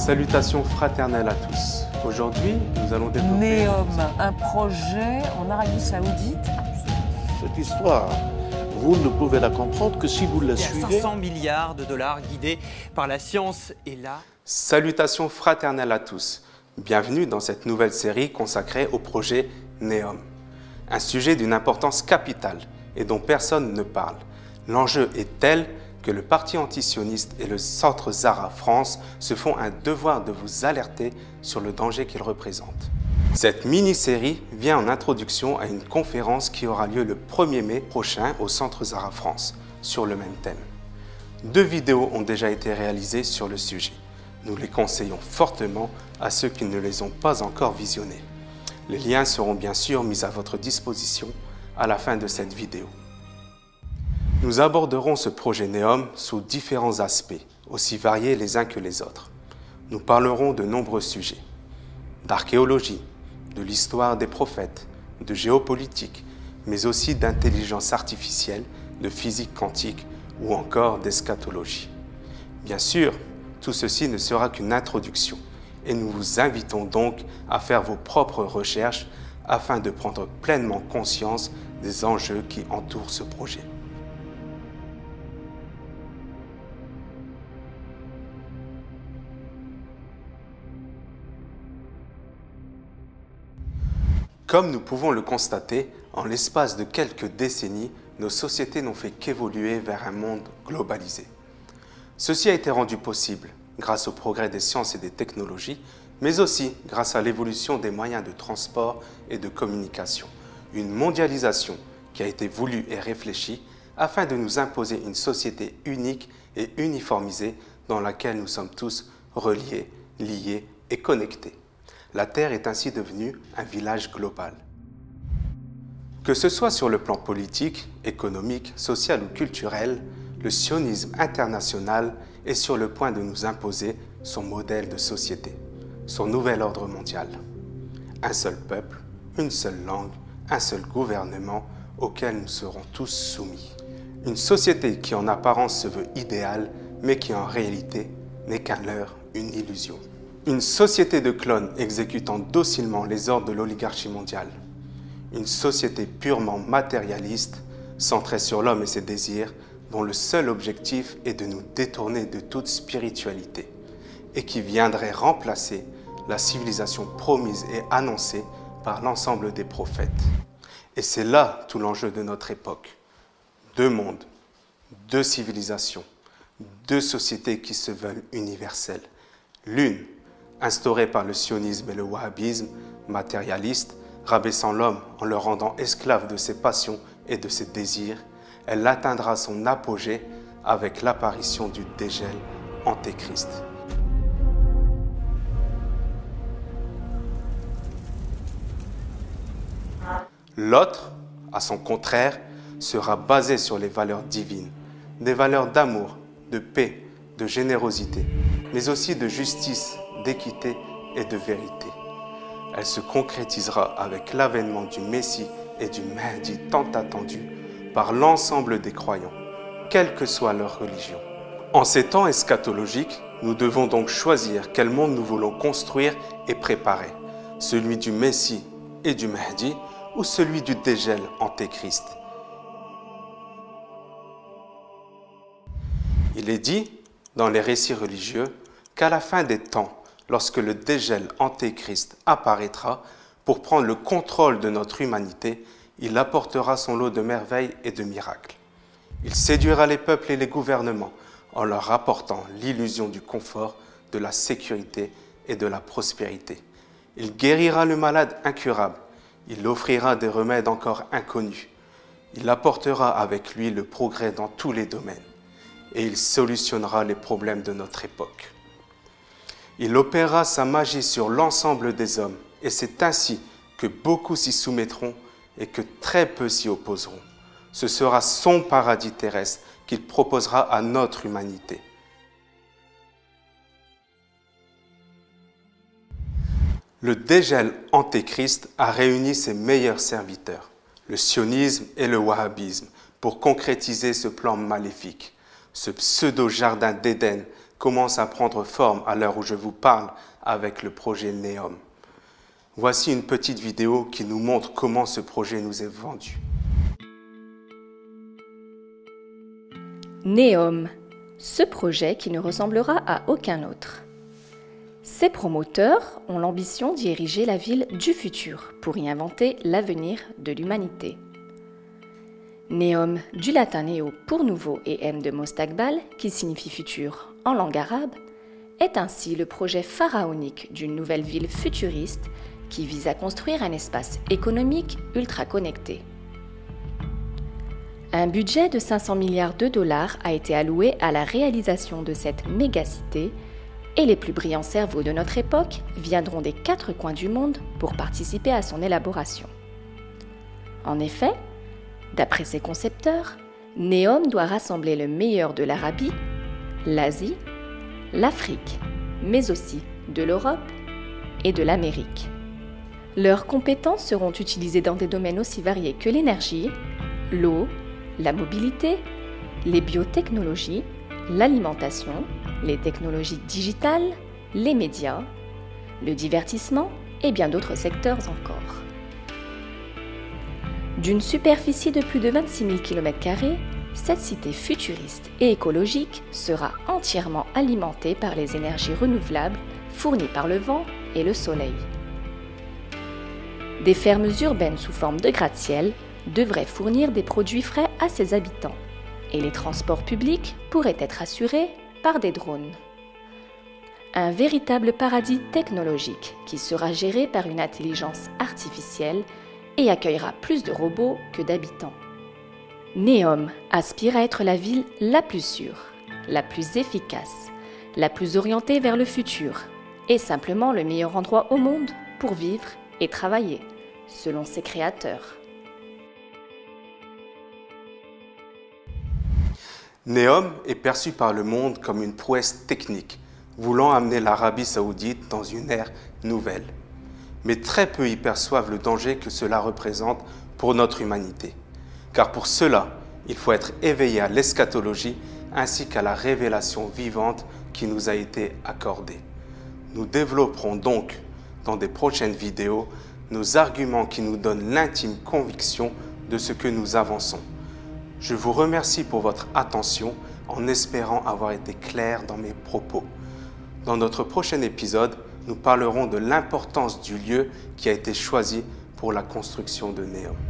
Salutations fraternelles à tous. Aujourd'hui, nous allons développer... Neom, un projet en Arabie Saoudite. Cette histoire, vous ne pouvez la comprendre que si vous la suivez. 500 milliards de dollars guidés par la science et la... Salutations fraternelles à tous. Bienvenue dans cette nouvelle série consacrée au projet Neom. Un sujet d'une importance capitale et dont personne ne parle. L'enjeu est tel que le parti antisioniste et le Centre Zara France se font un devoir de vous alerter sur le danger qu'ils représentent. Cette mini-série vient en introduction à une conférence qui aura lieu le 1er mai prochain au Centre Zara France sur le même thème. 2 vidéos ont déjà été réalisées sur le sujet. Nous les conseillons fortement à ceux qui ne les ont pas encore visionnées. Les liens seront bien sûr mis à votre disposition à la fin de cette vidéo. Nous aborderons ce projet Neom sous différents aspects, aussi variés les uns que les autres. Nous parlerons de nombreux sujets, d'archéologie, de l'histoire des prophètes, de géopolitique, mais aussi d'intelligence artificielle, de physique quantique ou encore d'eschatologie. Bien sûr, tout ceci ne sera qu'une introduction et nous vous invitons donc à faire vos propres recherches afin de prendre pleinement conscience des enjeux qui entourent ce projet. Comme nous pouvons le constater, en l'espace de quelques décennies, nos sociétés n'ont fait qu'évoluer vers un monde globalisé. Ceci a été rendu possible grâce au progrès des sciences et des technologies, mais aussi grâce à l'évolution des moyens de transport et de communication. Une mondialisation qui a été voulue et réfléchie afin de nous imposer une société unique et uniformisée dans laquelle nous sommes tous reliés, liés et connectés. La Terre est ainsi devenue un village global. Que ce soit sur le plan politique, économique, social ou culturel, le sionisme international est sur le point de nous imposer son modèle de société, son nouvel ordre mondial. Un seul peuple, une seule langue, un seul gouvernement auquel nous serons tous soumis. Une société qui en apparence se veut idéale, mais qui en réalité n'est qu'un leurre, une illusion. Une société de clones exécutant docilement les ordres de l'oligarchie mondiale. Une société purement matérialiste, centrée sur l'homme et ses désirs, dont le seul objectif est de nous détourner de toute spiritualité et qui viendrait remplacer la civilisation promise et annoncée par l'ensemble des prophètes. Et c'est là tout l'enjeu de notre époque. 2 mondes, 2 civilisations, 2 sociétés qui se veulent universelles. L'une, instaurée par le sionisme et le wahhabisme, matérialiste, rabaissant l'homme en le rendant esclave de ses passions et de ses désirs, elle atteindra son apogée avec l'apparition du dégel antéchrist. L'autre, à son contraire, sera basé sur les valeurs divines, des valeurs d'amour, de paix, de générosité, mais aussi de justice, d'équité et de vérité. Elle se concrétisera avec l'avènement du Messie et du Mahdi tant attendu par l'ensemble des croyants, quelle que soit leur religion. En ces temps eschatologiques, nous devons donc choisir quel monde nous voulons construire et préparer, celui du Messie et du Mahdi ou celui du dégel antéchrist. Il est dit, dans les récits religieux, qu'à la fin des temps, lorsque le dégel antéchrist apparaîtra pour prendre le contrôle de notre humanité, il apportera son lot de merveilles et de miracles. Il séduira les peuples et les gouvernements en leur apportant l'illusion du confort, de la sécurité et de la prospérité. Il guérira le malade incurable. Il offrira des remèdes encore inconnus. Il apportera avec lui le progrès dans tous les domaines. Et il solutionnera les problèmes de notre époque. Il opérera sa magie sur l'ensemble des hommes, et c'est ainsi que beaucoup s'y soumettront et que très peu s'y opposeront. Ce sera son paradis terrestre qu'il proposera à notre humanité. Le dégel antéchrist a réuni ses meilleurs serviteurs, le sionisme et le wahhabisme, pour concrétiser ce plan maléfique, ce pseudo-jardin d'Éden commence à prendre forme à l'heure où je vous parle avec le projet NEOM. Voici une petite vidéo qui nous montre comment ce projet nous est vendu. NEOM, ce projet qui ne ressemblera à aucun autre. Ses promoteurs ont l'ambition d'y ériger la ville du futur pour y inventer l'avenir de l'humanité. NEOM, du latin néo pour nouveau et M de Mostakbal, qui signifie futur en langue arabe, est ainsi le projet pharaonique d'une nouvelle ville futuriste qui vise à construire un espace économique ultra connecté. Un budget de 500 milliards de dollars a été alloué à la réalisation de cette mégacité et les plus brillants cerveaux de notre époque viendront des 4 coins du monde pour participer à son élaboration. En effet, d'après ses concepteurs, NEOM doit rassembler le meilleur de l'Arabie, l'Asie, l'Afrique, mais aussi de l'Europe et de l'Amérique. Leurs compétences seront utilisées dans des domaines aussi variés que l'énergie, l'eau, la mobilité, les biotechnologies, l'alimentation, les technologies digitales, les médias, le divertissement et bien d'autres secteurs encore. D'une superficie de plus de 26 000 km², cette cité futuriste et écologique sera entièrement alimentée par les énergies renouvelables fournies par le vent et le soleil. Des fermes urbaines sous forme de gratte-ciel devraient fournir des produits frais à ses habitants et les transports publics pourraient être assurés par des drones. Un véritable paradis technologique qui sera géré par une intelligence artificielle et accueillera plus de robots que d'habitants. NEOM aspire à être la ville la plus sûre, la plus efficace, la plus orientée vers le futur et simplement le meilleur endroit au monde pour vivre et travailler, selon ses créateurs. NEOM est perçu par le monde comme une prouesse technique, voulant amener l'Arabie saoudite dans une ère nouvelle. Mais très peu y perçoivent le danger que cela représente pour notre humanité. Car pour cela, il faut être éveillé à l'eschatologie ainsi qu'à la révélation vivante qui nous a été accordée. Nous développerons donc dans des prochaines vidéos nos arguments qui nous donnent l'intime conviction de ce que nous avançons. Je vous remercie pour votre attention en espérant avoir été clair dans mes propos. Dans notre prochain épisode, nous parlerons de l'importance du lieu qui a été choisi pour la construction de NEOM.